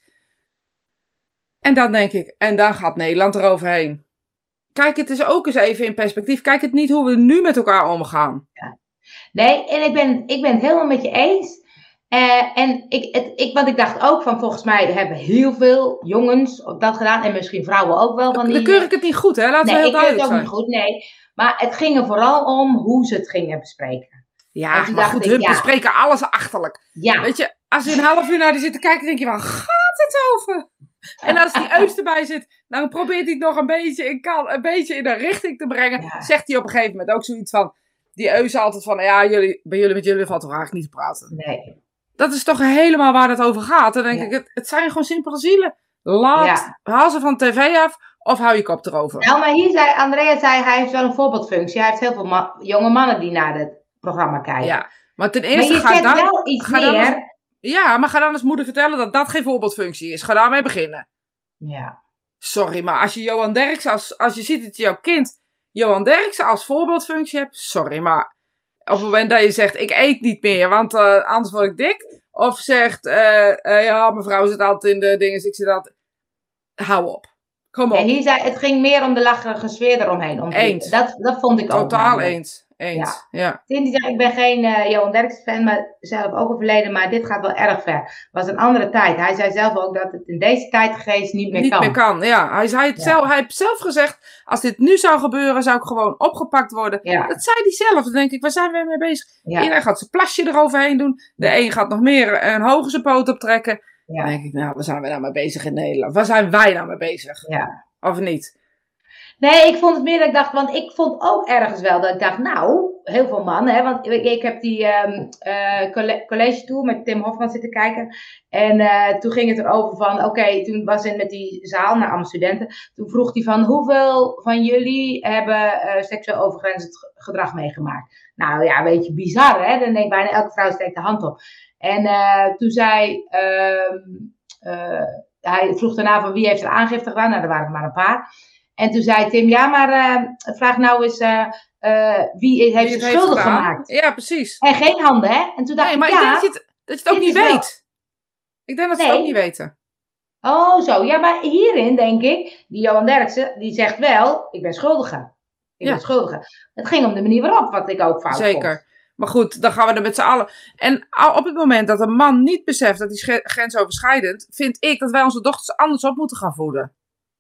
En dan denk ik, en dan gaat Nederland eroverheen. Kijk het eens ook eens even in perspectief. Kijk het niet hoe we nu met elkaar omgaan. Ja. Nee, en ik ben, ik ben het helemaal met je eens. Uh, en ik, het, ik, want ik dacht ook van, volgens mij hebben heel veel jongens dat gedaan. En misschien vrouwen ook wel. Van die, dan keur ik het niet goed, hè? Laten nee, we heel duidelijk zijn. Nee, ik keur het ook zijn. niet goed, nee. Maar het ging er vooral om hoe ze het gingen bespreken. Ja, maar goed, hun ja. bespreken alles achterlijk. Ja. Weet je, als je een half uur naar die zit te kijken, denk je van, gaat het over? En als die Eus erbij zit, dan probeert hij het nog een beetje in, kan, een beetje in een richting te brengen. Ja. Zegt hij op een gegeven moment ook zoiets van, die Eus altijd van, ja, jullie, bij jullie met jullie valt toch eigenlijk niet te praten. Nee. Dat is toch helemaal waar het over gaat. Dan denk ja. ik, het, het zijn gewoon simpele zielen. Laat, ja. haal ze van tv af of hou je kop erover. Nou, maar hier zei, Andrea zei, hij heeft wel een voorbeeldfunctie. Hij heeft heel veel ma- jonge mannen die naar het programma kijken. Ja, maar ten eerste maar ga dan... wel iets ga meer. Dan als, ja, maar ga dan eens moeder vertellen dat dat geen voorbeeldfunctie is. Ga daarmee beginnen. Ja. Sorry, maar als je Johan Derksen, als, als je ziet dat jouw kind Johan Derksen als voorbeeldfunctie hebt, sorry, maar op het moment dat je zegt, ik eet niet meer, want uh, anders word ik dik. Of zegt, uh, uh, ja, mevrouw zit altijd in de dingen, ik zit altijd... Hou op. Kom op. En hier zei, het ging meer om de lacherige sfeer eromheen. Om eens. Dat, dat vond ik Totaal ook. Totaal eens. Eens. Ja. Ja. Tim die zegt, ik ben geen uh, Johan Derksen fan, maar zelf ook een verleden, maar dit gaat wel erg ver. Het was een andere tijd. Hij zei zelf ook dat het in deze tijdgeest niet meer niet kan. Niet meer kan, ja. Hij, zei het ja. zelf, hij heeft zelf gezegd, als dit nu zou gebeuren, zou ik gewoon opgepakt worden. Ja. Dat zei hij zelf. Dan denk ik, waar zijn we mee bezig? Ja. Iedereen gaat zijn plasje eroverheen doen. De een gaat nog meer een hoger zijn poot optrekken. Ja. Dan denk ik, nou, waar zijn we nou mee bezig in Nederland? Waar zijn wij nou mee bezig? Ja. Of niet? Nee, ik vond het meer dat ik dacht, want ik vond ook ergens wel dat ik dacht, nou, heel veel mannen, hè, want ik, ik heb die um, uh, college tour met Tim Hofman zitten kijken en uh, toen ging het erover van, oké, okay, toen was ik met die zaal naar allemaal studenten, toen vroeg hij van, hoeveel van jullie hebben uh, seksueel overgrenzend gedrag meegemaakt? Nou ja, weet je, bizar hè, dan denk ik bijna elke vrouw steekt de hand op. En uh, toen zei, uh, uh, hij vroeg daarna van wie heeft er aangifte gedaan, nou er waren er maar een paar. En toen zei Tim, ja, maar uh, vraag nou eens, uh, uh, wie heeft zich schuldig gedaan? gemaakt? Ja, precies. En geen handen, hè? En toen dacht nee, maar ik, ik ja, denk dat je het, dat je het ook niet weet. Wel... Ik denk dat ze nee. het ook niet weten. Oh, zo. Ja, maar hierin denk ik, die Johan Derksen, die zegt wel, ik ben schuldige. Ik ja. ben schuldige. Het ging om de manier waarop, wat ik ook fout Zeker. vond. Maar goed, dan gaan we er met z'n allen. En op het moment dat een man niet beseft dat hij grensoverschrijdend, vind ik dat wij onze dochters anders op moeten gaan voeden.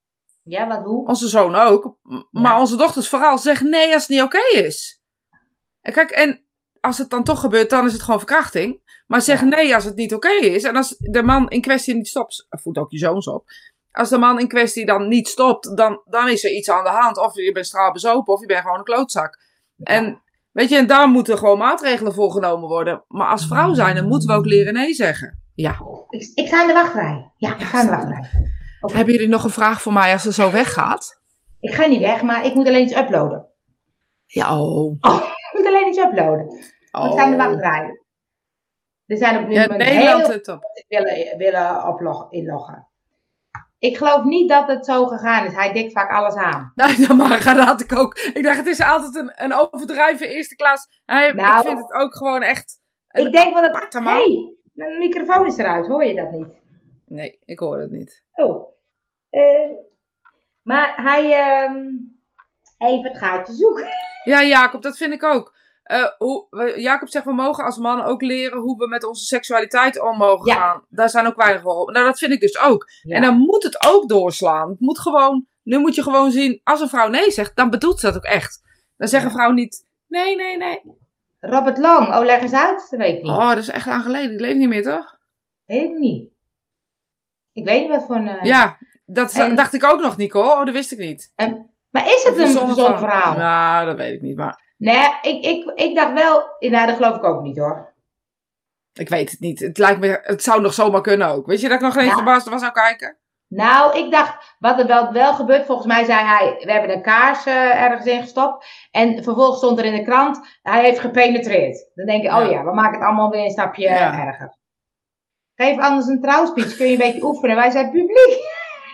Ja, wat hoe? Onze zoon ook. Maar ja. onze dochters vooral zeggen nee als het niet oké okay is. En kijk, en als het dan toch gebeurt, dan is het gewoon verkrachting. Maar zeg ja. nee als het niet oké okay is. En als de man in kwestie niet stopt, voed ook je zoons op. Als de man in kwestie dan niet stopt, dan, dan is er iets aan de hand. Of je bent straalbezopen, of je bent gewoon een klootzak. Ja. En weet je, en daar moeten gewoon maatregelen voor genomen worden. Maar als vrouw zijn, dan moeten we ook leren nee zeggen. Ja. Ik, ik sta in de wachtrij. Ja, ik ga in de wachtrij. Okay. Hebben jullie nog een vraag voor mij als ze zo weggaat? Ik ga niet weg, maar ik moet alleen iets uploaden. Ja, oh. oh ik moet alleen iets uploaden. Oh. Ik sta in de wachtrij. Er zijn op nu ja, Nederland het op. willen, willen oploggen, inloggen. Ik geloof niet dat het zo gegaan is. Hij dikt vaak alles aan. Nou, maar dat had ik ook. Ik dacht, het is altijd een, een overdrijven eerste klas. Hij, nou, ik vind het ook gewoon echt... Ik denk wel dat... Hé, hey, mijn microfoon is eruit. Hoor je dat niet? Nee, ik hoor het niet. Oh. Uh, maar hij uh, even het gaatje zoeken. Ja, Jacob, dat vind ik ook. Uh, hoe, Jacob zegt, we mogen als mannen ook leren hoe we met onze seksualiteit om mogen ja. gaan. Daar zijn ook weinig voor. Nou, dat vind ik dus ook. Ja. En dan moet het ook doorslaan. Het moet gewoon, nu moet je gewoon zien, als een vrouw nee zegt, dan bedoelt ze dat ook echt. Dan zegt ja. een vrouw niet, nee, nee, nee. Robert Long, oh leg eens uit, dat weet ik niet. Oh, dat is echt lang geleden. Die leeft niet meer, toch? Weet ik niet. Ik weet niet wat voor een... Uh... Ja, dat en... dacht ik ook nog, Nico. Oh, dat wist ik niet. En... Maar is het een zo'n verhaal? Nou, dat weet ik niet, maar... Nee, ik, ik, ik dacht wel... Nou, dat geloof ik ook niet, hoor. Ik weet het niet. Het lijkt me... Het zou nog zomaar kunnen ook. Weet je dat ik nog geen ja. verbaasd was zou kijken? Nou, ik dacht... Wat er wel, wel gebeurt... Volgens mij zei hij... We hebben een kaars uh, ergens in gestopt. En vervolgens stond er in de krant... Hij heeft gepenetreerd. Dan denk je... Ja. Oh ja, we maken het allemaal weer een stapje ja. erger. Geef anders een trouwspeech. Kun je een beetje oefenen. Wij zijn publiek.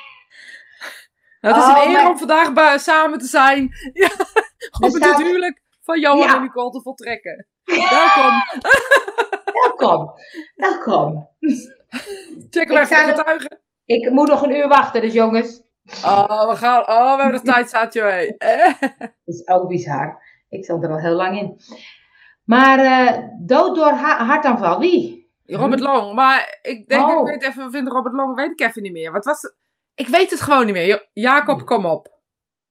Nou, het is oh, een eer maar... om vandaag bij, samen te zijn. Ja, om het staat... huwelijk van Johan ja. en Nicole te voltrekken. Welkom. Welkom. Welkom. Check maar even de getuigen. Ik moet nog een uur wachten, dus jongens. Oh, we gaan. Oh, we hebben de tijd zat, joh. Dat is ook bizar. Ik zat er al heel lang in. Maar uh, dood door ha- hartaanval, wie? Robert Long. Maar ik denk, oh. ik weet even, we vinden Robert Long, weet ik even niet meer. Wat was het? Ik weet het gewoon niet meer. Jacob, kom op.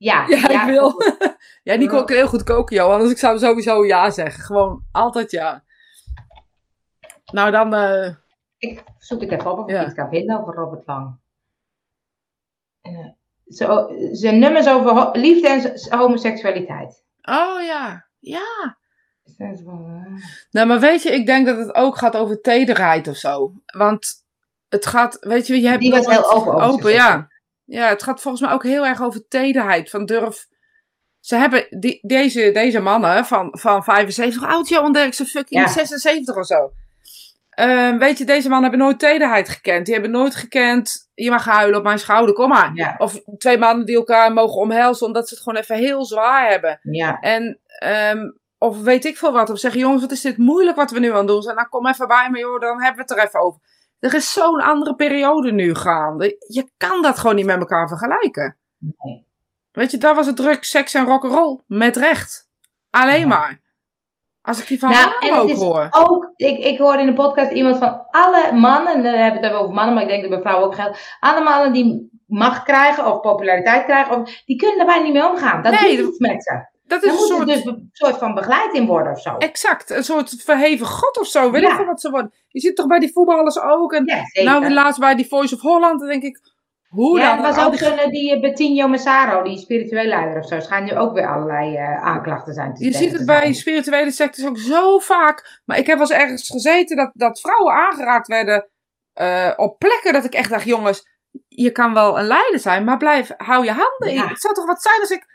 Ja, Ja, ja, ik wil. Ja, Nico kan heel goed koken, Johan. Dus ik zou sowieso ja zeggen. Gewoon altijd ja. Nou, dan... Uh... Ik zoek het even op of ik ja. iets kan vinden over Robert Lang. Uh, zo, zijn nummers over ho- liefde en homoseksualiteit. Oh ja, ja. Nou, maar weet je, ik denk dat het ook gaat over tederheid of zo. Want het gaat, weet je, je hebt... Die was heel open. Over open, ja. Ja, het gaat volgens mij ook heel erg over tederheid. Van durf... Ze hebben die, deze, deze mannen van, van vijfenzeventig, oud Johan Derksen, fucking ja. zesenzeventig of zo. Uh, weet je, deze mannen hebben nooit tederheid gekend. Die hebben nooit gekend, je mag huilen op mijn schouder, kom maar. Ja. Of twee mannen die elkaar mogen omhelzen, omdat ze het gewoon even heel zwaar hebben. Ja. En, um, of weet ik veel wat. Of zeggen, jongens, wat is dit moeilijk wat we nu aan het doen zijn. Nou, kom even bij me, joh, dan hebben we het er even over. Er is zo'n andere periode nu gaande. Je kan dat gewoon niet met elkaar vergelijken. Nee. Weet je, daar was het drugs, seks en rock'n'roll. Met recht. Alleen ja. maar. Als ik die van nou, en ook hoor. Ook, ik, ik hoorde in de podcast iemand van alle mannen, en dan hebben we het over mannen, maar ik denk dat bij vrouwen ook geldt. Alle mannen die macht krijgen of populariteit krijgen, of, die kunnen daarbij niet mee omgaan. Dat nee, doet iets met ze. Dat is Dan een soort... dus een soort van begeleiding worden of zo. Exact, een soort verheven god of zo. Weet ik veel wat ze worden. Je ziet toch bij die voetballers ook. En ja, nou, laatst bij die Voice of Holland, dan denk ik... Hoe ja, dan? er was ook die... zo'n die Bettinho Massaro, die spirituele leider of zo. Schijnt nu ook weer allerlei uh, aanklachten zijn te Je ziet het bij spirituele sectes ook zo vaak. Maar ik heb wel eens ergens gezeten dat, dat vrouwen aangeraakt werden uh, op plekken dat ik echt dacht, jongens, je kan wel een leider zijn, maar blijf, hou je handen ja. in. Het zou toch wat zijn als ik...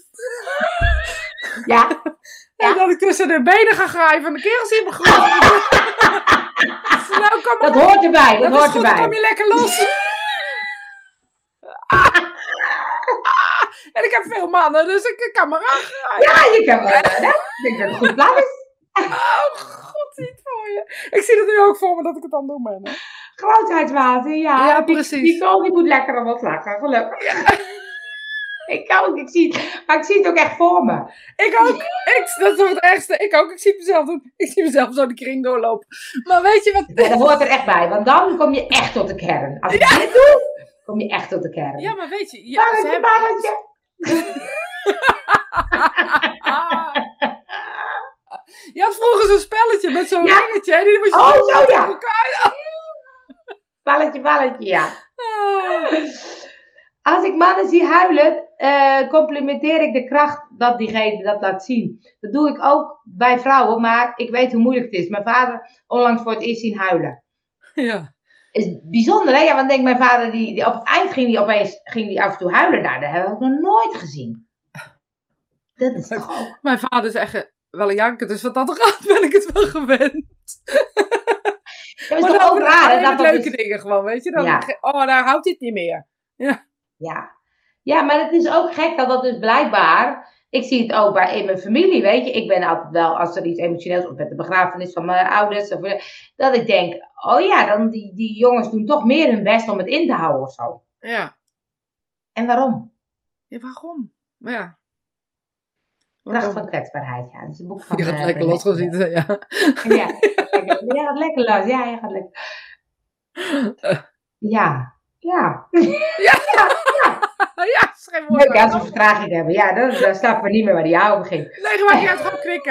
ja. En ja. dat ik tussen de benen ga graaien van de kerels in mijn grond. nou, kom dat op. hoort erbij, dat, dat hoort is goed, erbij. Dan kom je lekker los. En ik heb veel mannen, dus ik, ik kan maar aan. Ja, je kan maar aan. Ik denk dat het goed plan is. Oh, god, niet voor je. Ik zie het nu ook voor me dat ik het aan doen ben. Hè. Grootheidswater, ja. Ja, die, precies. Die kool die moet lekker wat lachen, gelukkig. Ja. Ik ook, ik zie het. Maar ik zie het ook echt voor me. Ik ook. Ik, dat is toch het ergste. Ik ook. Ik zie mezelf doen. Ik zie mezelf zo de kring doorlopen. Maar weet je wat... Ja, dat hoort er echt bij, want dan kom je echt tot de kern. Als ik ja. dit doe, kom je echt tot de kern. Ja, maar weet je... Ja, balletje, hebben... balletje. Je had vroeger zo'n spelletje met zo'n ja. ringetje. Hè? Die was oh, zo ja. Elkaar. Balletje, balletje, ja. Oh. Als ik mannen zie huilen, uh, complimenteer ik de kracht dat diegene dat laat zien. Dat doe ik ook bij vrouwen, maar ik weet hoe moeilijk het is. Mijn vader onlangs voor het eerst zien huilen. Ja. Is bijzonder, hè? Ja, want denk mijn vader, die, die op het eind ging die opeens ging die af en toe huilen daar. Dat hebben we nog nooit gezien. Dat is toch ook... Mijn vader is echt wel een janker, dus wat dat gaat ben ik het wel gewend. Ja, maar het is toch ook raar. Dat leuke is... dingen gewoon, weet je. Dan ja. Oh, daar houdt hij het niet meer. Ja. Ja. Ja, maar het is ook gek dat dat dus blijkbaar... Ik zie het ook bij in mijn familie, weet je. Ik ben altijd wel, als er iets emotioneels of met de begrafenis van mijn ouders... Of, dat ik denk, oh ja, dan die, die jongens doen toch meer hun best om het in te houden of zo. Ja. En waarom? Ja, waarom? Maar ja. Kracht van kwetsbaarheid, ja. Dat is een boek van... Je gaat uh, lekker los gaan zitten, ja. Ja, je gaat lekker los. Ja, je gaat lekker... Uh. Ja. Ja. Ja. Ja. Ja, schrijf mooi. Leuk als we vertraging hebben. Ja, dan, dan snappen we niet meer waar die jou over ging. Nee, maar je gaat gewoon knikken.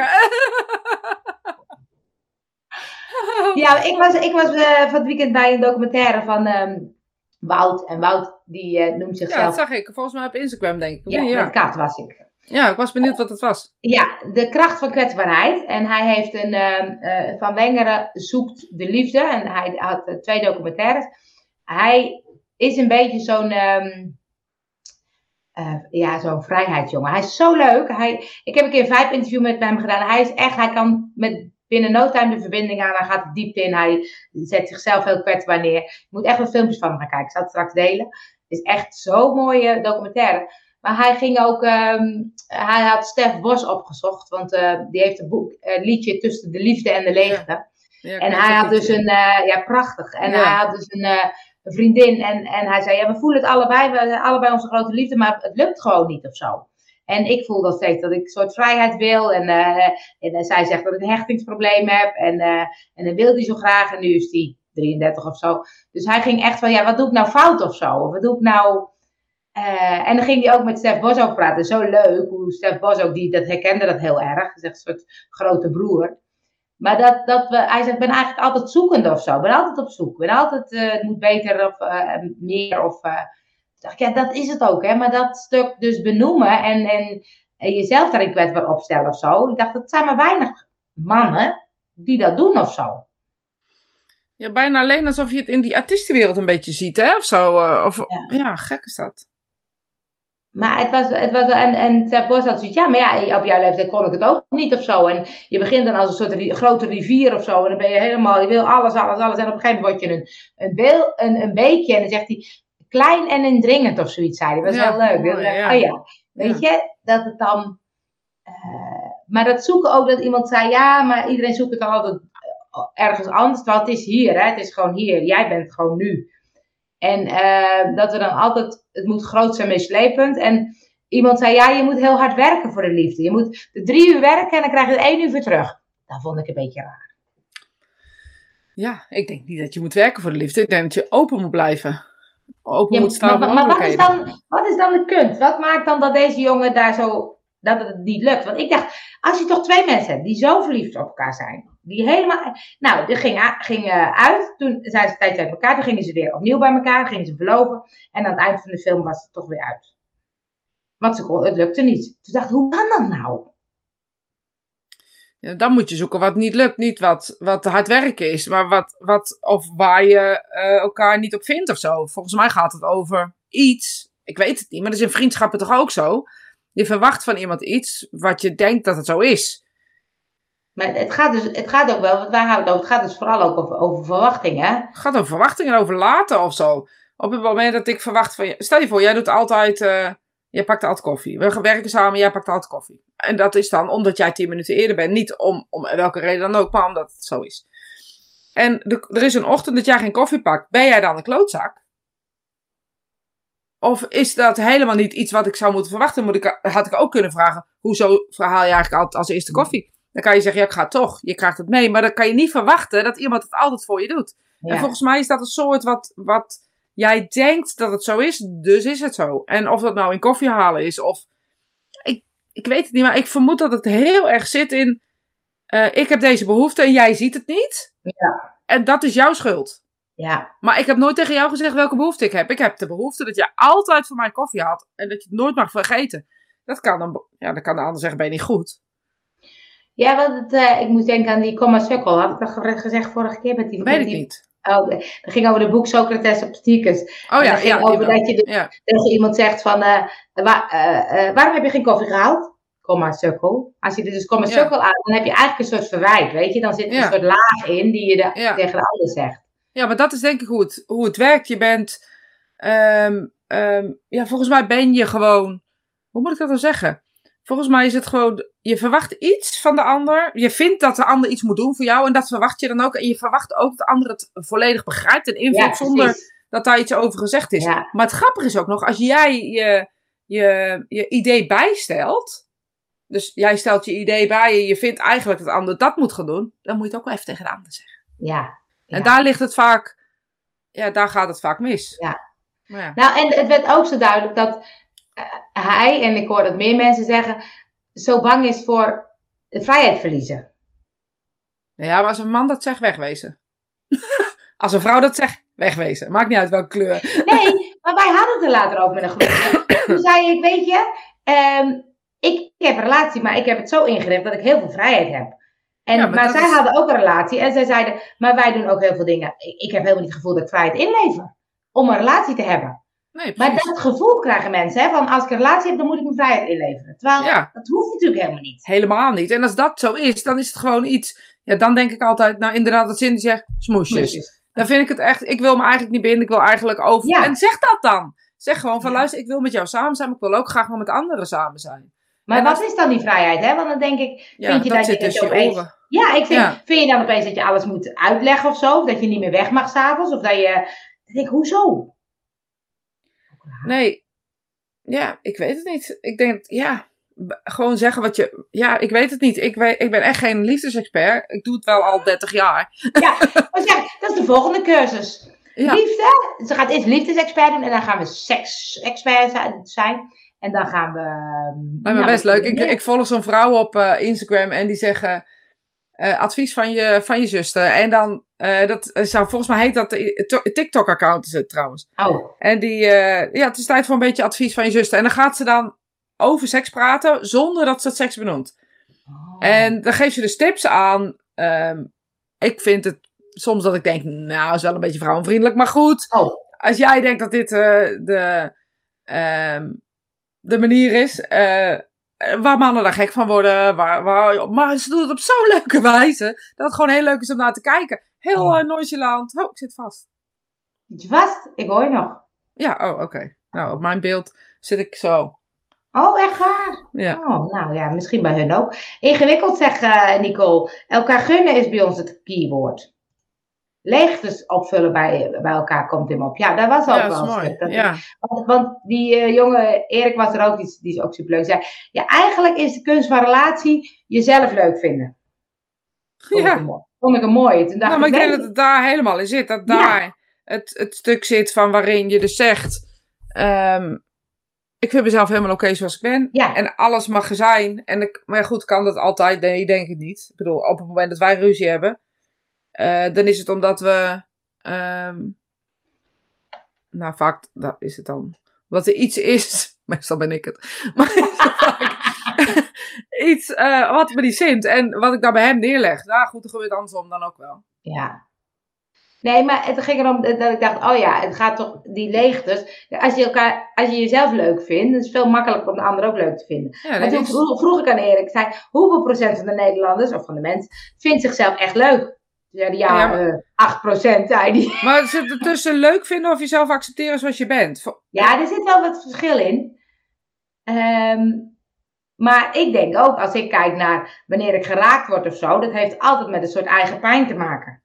Ja, ik was, ik was uh, van het weekend bij een documentaire van um, Wout. En Wout, die uh, noemt zichzelf... Ja, dat zag ik. Volgens mij op Instagram, denk ik. Ja, ja. Met Kat was ik. Ja, ik was benieuwd wat het was. Ja, de kracht van kwetsbaarheid. En hij heeft een... Uh, uh, van Wengeren zoekt de liefde. En hij had uh, twee documentaires. Hij is een beetje zo'n... Um, Uh, ja, zo'n vrijheidsjongen. Hij is zo leuk. Hij, ik heb een keer een Vibe-interview met hem gedaan. Hij is echt, hij kan met binnen no time de verbinding aan. Hij gaat de diepte in. Hij zet zichzelf heel kwetsbaar neer. Je moet echt wat filmpjes van hem gaan kijken. Ik zal het straks delen. Het is echt zo'n mooie documentaire. Maar hij ging ook, um, hij had Stef Bos opgezocht. Want uh, die heeft een boek, een liedje tussen de liefde en de leegte. Ja. Ja, en hij had dus een, uh, ja prachtig. En ja. hij had dus een... Uh, een vriendin en, en hij zei, ja, we voelen het allebei, we hebben allebei onze grote liefde, maar het lukt gewoon niet of zo. En ik voel dat steeds, dat ik een soort vrijheid wil en, uh, en uh, zij zegt dat ik een hechtingsprobleem heb en, uh, en dan wil hij zo graag en nu is hij drieëndertig of zo. Dus hij ging echt van, ja, wat doe ik nou fout of zo? Of wat doe ik nou... Uh, en dan ging hij ook met Stef Bos over praten. Zo leuk, hoe Stef Bos ook, die, dat herkende dat heel erg. Hij zegt een soort grote broer. Maar dat, dat we, hij zegt, ik ben eigenlijk altijd zoekende of zo. Ik ben altijd op zoek. Ik ben altijd, uh, het moet beter of uh, meer. Of, uh, dacht, ja, dat is het ook. Hè? Maar dat stuk dus benoemen en, en, en jezelf daarin kwetsbaar opstellen of zo. Ik dacht, dat zijn maar weinig mannen die dat doen of zo. Ja, bijna alleen alsof je het in die artiestenwereld een beetje ziet, hè? Of zo. Uh, of, ja. ja, gek is dat. Maar het was, het was en, en Stef Bos had zoiets, ja, maar ja, op jouw leeftijd kon ik het ook niet of zo. En je begint dan als een soort ri- grote rivier of zo. En dan ben je helemaal, je wil alles, alles, alles. En op een gegeven moment word je een, een, beel, een, een beekje. En dan zegt hij, klein en indringend of zoiets, zei hij. Dat was ja, heel leuk. Oh, ja. Oh ja, weet ja. je, dat het dan... Uh, maar dat zoeken ook, dat iemand zei, ja, maar iedereen zoekt het altijd ergens anders. Want het is hier, hè. Het is gewoon hier. Jij bent gewoon nu. En uh, dat we dan altijd, het moet groot zijn, meeslepend. En iemand zei, ja, je moet heel hard werken voor de liefde. Je moet de drie uur werken en dan krijg je het één uur weer terug. Dat vond ik een beetje raar. Ja, ik denk niet dat je moet werken voor de liefde. Ik denk dat je open moet blijven. Open ja, moet staan maar, maar wat, is dan, wat is dan de kunst? Wat maakt dan dat deze jongen daar zo, dat het niet lukt? Want ik dacht, als je toch twee mensen hebt die zo verliefd op elkaar zijn. Die helemaal, nou, die ging, ging uit, toen zijn ze tijd uit elkaar, toen gingen ze weer opnieuw bij elkaar, gingen ze verloven. En aan het eind van de film was het toch weer uit. Want ze kon, het lukte niet. Toen dacht ik, hoe kan dat nou? Ja, dan moet je zoeken wat niet lukt. Niet wat, wat hard werken is, maar wat, wat, of waar je uh, elkaar niet op vindt of zo. Volgens mij gaat het over iets. Ik weet het niet, maar dat is in vriendschappen toch ook zo. Je verwacht van iemand iets wat je denkt dat het zo is. Maar het gaat, dus, het gaat ook wel, want wij houden het, het gaat dus vooral ook over, over verwachtingen. Het gaat over verwachtingen, over later of zo. Op het moment dat ik verwacht van je... Stel je voor, jij doet altijd... Uh, jij pakt altijd koffie. We gaan werken samen, jij pakt altijd koffie. En dat is dan omdat jij tien minuten eerder bent. Niet om, om welke reden dan ook, maar omdat het zo is. En de, er is een ochtend dat jij geen koffie pakt. Ben jij dan een klootzak? Of is dat helemaal niet iets wat ik zou moeten verwachten? Moet ik, had ik ook kunnen vragen, hoezo verhaal je eigenlijk altijd als eerste koffie? Dan kan je zeggen, ja, ik ga toch. Je krijgt het mee. Maar dan kan je niet verwachten dat iemand het altijd voor je doet. Ja. En volgens mij is dat een soort wat, wat jij denkt dat het zo is. Dus is het zo. En of dat nou in koffie halen is of... Ik, ik weet het niet, maar ik vermoed dat het heel erg zit in... Uh, ik heb deze behoefte en jij ziet het niet. Ja. En dat is jouw schuld. Ja. Maar ik heb nooit tegen jou gezegd welke behoefte ik heb. Ik heb de behoefte dat je altijd voor mij koffie had. En dat je het nooit mag vergeten. Dat kan dan... Ja, dan kan de ander zeggen, ben je niet goed. Ja, want het, uh, ik moet denken aan die komma sukkel. Had ik dat gezegd vorige keer met die... Weet met ik die, niet. Oh, dat ging over de boek Socrates op Sticus. Oh ja, dat ging ja. over dat je de, ja. tegen iemand zegt van... Uh, waar, uh, uh, waarom heb je geen koffie gehaald? Komma sukkel. Als je er dus komma sukkel aan, dan heb je eigenlijk een soort verwijt, weet je. Dan zit er ja. een soort laag in die je de, ja. tegen de ander zegt. Ja, maar dat is denk ik hoe het, hoe het werkt. Je bent... Um, um, ja, volgens mij ben je gewoon... Hoe moet ik dat dan zeggen? Volgens mij is het gewoon, je verwacht iets van de ander. Je vindt dat de ander iets moet doen voor jou. En dat verwacht je dan ook. En je verwacht ook dat de ander het volledig begrijpt en invult. Ja, zonder dat daar iets over gezegd is. Ja. Maar het grappige is ook nog, als jij je, je, je idee bijstelt. Dus jij stelt je idee bij en je vindt eigenlijk dat de ander dat moet gaan doen. Dan moet je het ook wel even tegen de ander zeggen. Ja. ja. En daar ligt het vaak, ja, daar gaat het vaak mis. Ja. Maar ja. Nou, en het werd ook zo duidelijk dat... hij, en ik hoor dat meer mensen zeggen, zo bang is voor de vrijheid verliezen. Ja, maar als een man dat zegt, wegwezen. Als een vrouw dat zegt, wegwezen. Maakt niet uit welke kleur. Nee, maar wij hadden het er later ook met een groep. Toen zei ik, weet je, um, ik heb een relatie, maar ik heb het zo ingericht dat ik heel veel vrijheid heb. En, ja, maar maar zij is... hadden ook een relatie en zij zeiden, maar wij doen ook heel veel dingen. Ik, ik heb helemaal niet het gevoel dat ik vrijheid inlever om een relatie te hebben. Nee, maar dat gevoel krijgen mensen, hè, van als ik een relatie heb, dan moet ik mijn vrijheid inleveren. Terwijl, ja. dat hoeft natuurlijk helemaal niet. Helemaal niet. En als dat zo is, dan is het gewoon iets... Ja, dan denk ik altijd, nou inderdaad, wat Cindy zegt, smoesjes. smoesjes. Dan vind ik het echt, ik wil me eigenlijk niet binden, ik wil eigenlijk over... Ja. En zeg dat dan. Zeg gewoon van, ja. luister, ik wil met jou samen zijn, maar ik wil ook graag nog met anderen samen zijn. Maar en wat als... is dan die vrijheid, hè? Want dan denk ik, ja, vind je dat, dat zit je... tussen je opeens... oren. Ja, ik vind, ja. vind je dan opeens dat je alles moet uitleggen of zo? Of dat je niet meer weg mag s'avonds? Of dat je... Dan denk ik, hoezo? Nee, ja, ik weet het niet. Ik denk, ja, gewoon zeggen wat je... Ja, ik weet het niet. Ik, weet, ik ben echt geen liefdesexpert. Ik doe het wel al dertig jaar. Ja, maar zeg, dat is de volgende cursus. Ja. Liefde. Ze gaat eerst liefdesexpert doen en dan gaan we seksexpert zijn. En dan gaan we... Lijkt me nou, best leuk. Ik, meer. ik volg zo'n vrouw op uh, Instagram en die zeggen... Uh, advies van je, van je zuster. En dan... Uh, dat zou, volgens mij heet dat... de TikTok-account is het trouwens. Oh. En die... Uh, ja, het is tijd voor een beetje advies van je zuster. En dan gaat ze dan over seks praten... zonder dat ze het seks benoemt. Oh. En dan geeft ze dus tips aan... Um, ik vind het soms dat ik denk... nou, is wel een beetje vrouwenvriendelijk. Maar goed... Oh. Als jij denkt dat dit uh, de... Um, de manier is... Uh, waar mannen daar gek van worden. Waar, waar, maar ze doen het op zo'n leuke wijze. Dat het gewoon heel leuk is om naar te kijken. Heel uh, nonchalant. Oh, ik zit vast. Zit je vast? Ik hoor je nog. Ja, oh, oké. Okay. Nou, op mijn beeld zit ik zo. Oh, echt waar? Ja. Oh, nou ja, misschien bij hun ook. Ingewikkeld, zegt uh, Nicole. Elkaar gunnen is bij ons het keyword. Leegtes opvullen bij, bij elkaar komt hem op. Ja, dat was ook ja, wel dat is mooi. Dat ja. ik, want, want die uh, jonge Erik was er ook, die, die is ook superleuk. Zei, ja, eigenlijk is de kunst van relatie jezelf leuk vinden. Vond ja. ik mooi. Vond ik een mooie. Toen dacht nou, maar ik, ik denk nee, dat het daar helemaal in zit. Dat daar ja. het, het stuk zit van waarin je dus zegt... Um, ik vind mezelf helemaal oké okay zoals ik ben. Ja. En alles mag er zijn. En ik, maar goed, kan dat altijd? Nee, denk ik niet. Ik bedoel, op het moment dat wij ruzie hebben... Uh, dan is het omdat we... Um, nou, vaak dat is het dan. Omdat er iets is... Meestal ben ik het. Maar iets uh, wat me niet zint. En wat ik dan bij hem neerleg. Nou goed, dan gebeurt het andersom dan ook wel. Ja. Nee, maar het ging erom dat ik dacht, oh ja, het gaat toch die leegtes. Als je, elkaar, als je jezelf leuk vindt, dan is het veel makkelijker om de ander ook leuk te vinden. Ja, en toen is... vroeg, vroeg ik aan Erik, zei, hoeveel procent van de Nederlanders, of van de mensen, vindt zichzelf echt leuk? Ja, ja, ja maar, uh, acht procent, zei die. Maar het zit er tussen leuk vinden of jezelf accepteren zoals je bent? Ja, er zit wel wat verschil in. Um, maar ik denk ook, als ik kijk naar wanneer ik geraakt word of zo, dat heeft altijd met een soort eigen pijn te maken.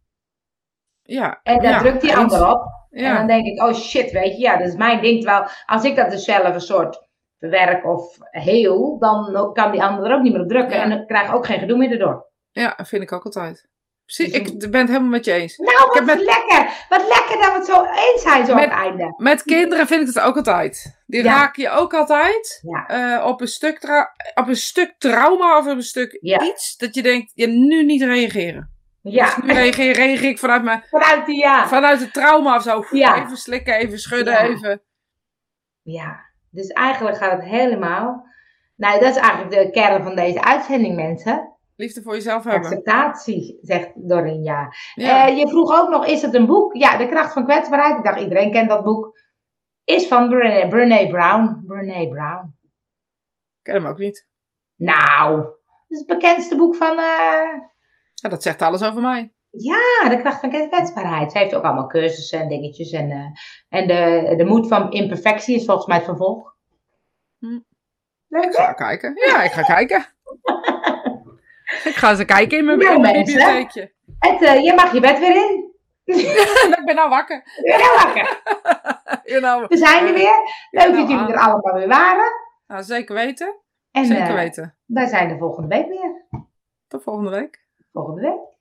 Ja. En daar ja, drukt die ander op. Ja. En dan denk ik, oh shit, weet je, ja, dat is mijn ding. Terwijl, als ik dat dus zelf een soort verwerk of heel, dan kan die ander er ook niet meer op drukken. Ja. En dan krijg ik ook geen gedoe meer erdoor. Ja, dat vind ik ook altijd. Precies, dus ik ben het helemaal met je eens. Nou, wat ik heb met... lekker. Wat lekker dat we het zo eens zijn zo met, aan het einde. Met kinderen vind ik het ook altijd. Die ja. raken je ook altijd ja. uh, op, een stuk tra- op een stuk trauma of op een stuk ja. iets. Dat je denkt, je nu niet reageren. Ja. Dus nu reageer, reageer ik vanuit mijn... Vanuit die, ja. Vanuit het trauma of zo. Ja. Even slikken, even schudden, ja. even... Ja, dus eigenlijk gaat het helemaal... Nou, dat is eigenlijk de kern van deze uitzending, mensen. Liefde voor jezelf hebben. Acceptatie, zegt Doreen, ja. ja. Uh, je vroeg ook nog, is het een boek? Ja, De Kracht van Kwetsbaarheid. Ik dacht, iedereen kent dat boek. Is van Brené, Brené Brown. Brené Brown. Ik ken hem ook niet. Nou, dat is het bekendste boek van... Uh... Ja, dat zegt alles over mij. Ja, De Kracht van Kwetsbaarheid. Ze heeft ook allemaal cursussen en dingetjes. En, uh, en de, de moed van imperfectie is volgens mij het vervolg. Hm. Leuk, ik ga kijken. Ja, ik ga kijken. Ik ga eens kijken in mijn, ja, in mijn bibliotheekje. Het, uh, je mag je bed weer in. Ik ben nou wakker. Ik ben nou wakker. You know, we zijn er weer. Leuk nou, dat jullie er allemaal weer waren. Nou, zeker weten. En, zeker uh, weten. Wij zijn er volgende week weer. Tot volgende week. Volgende week.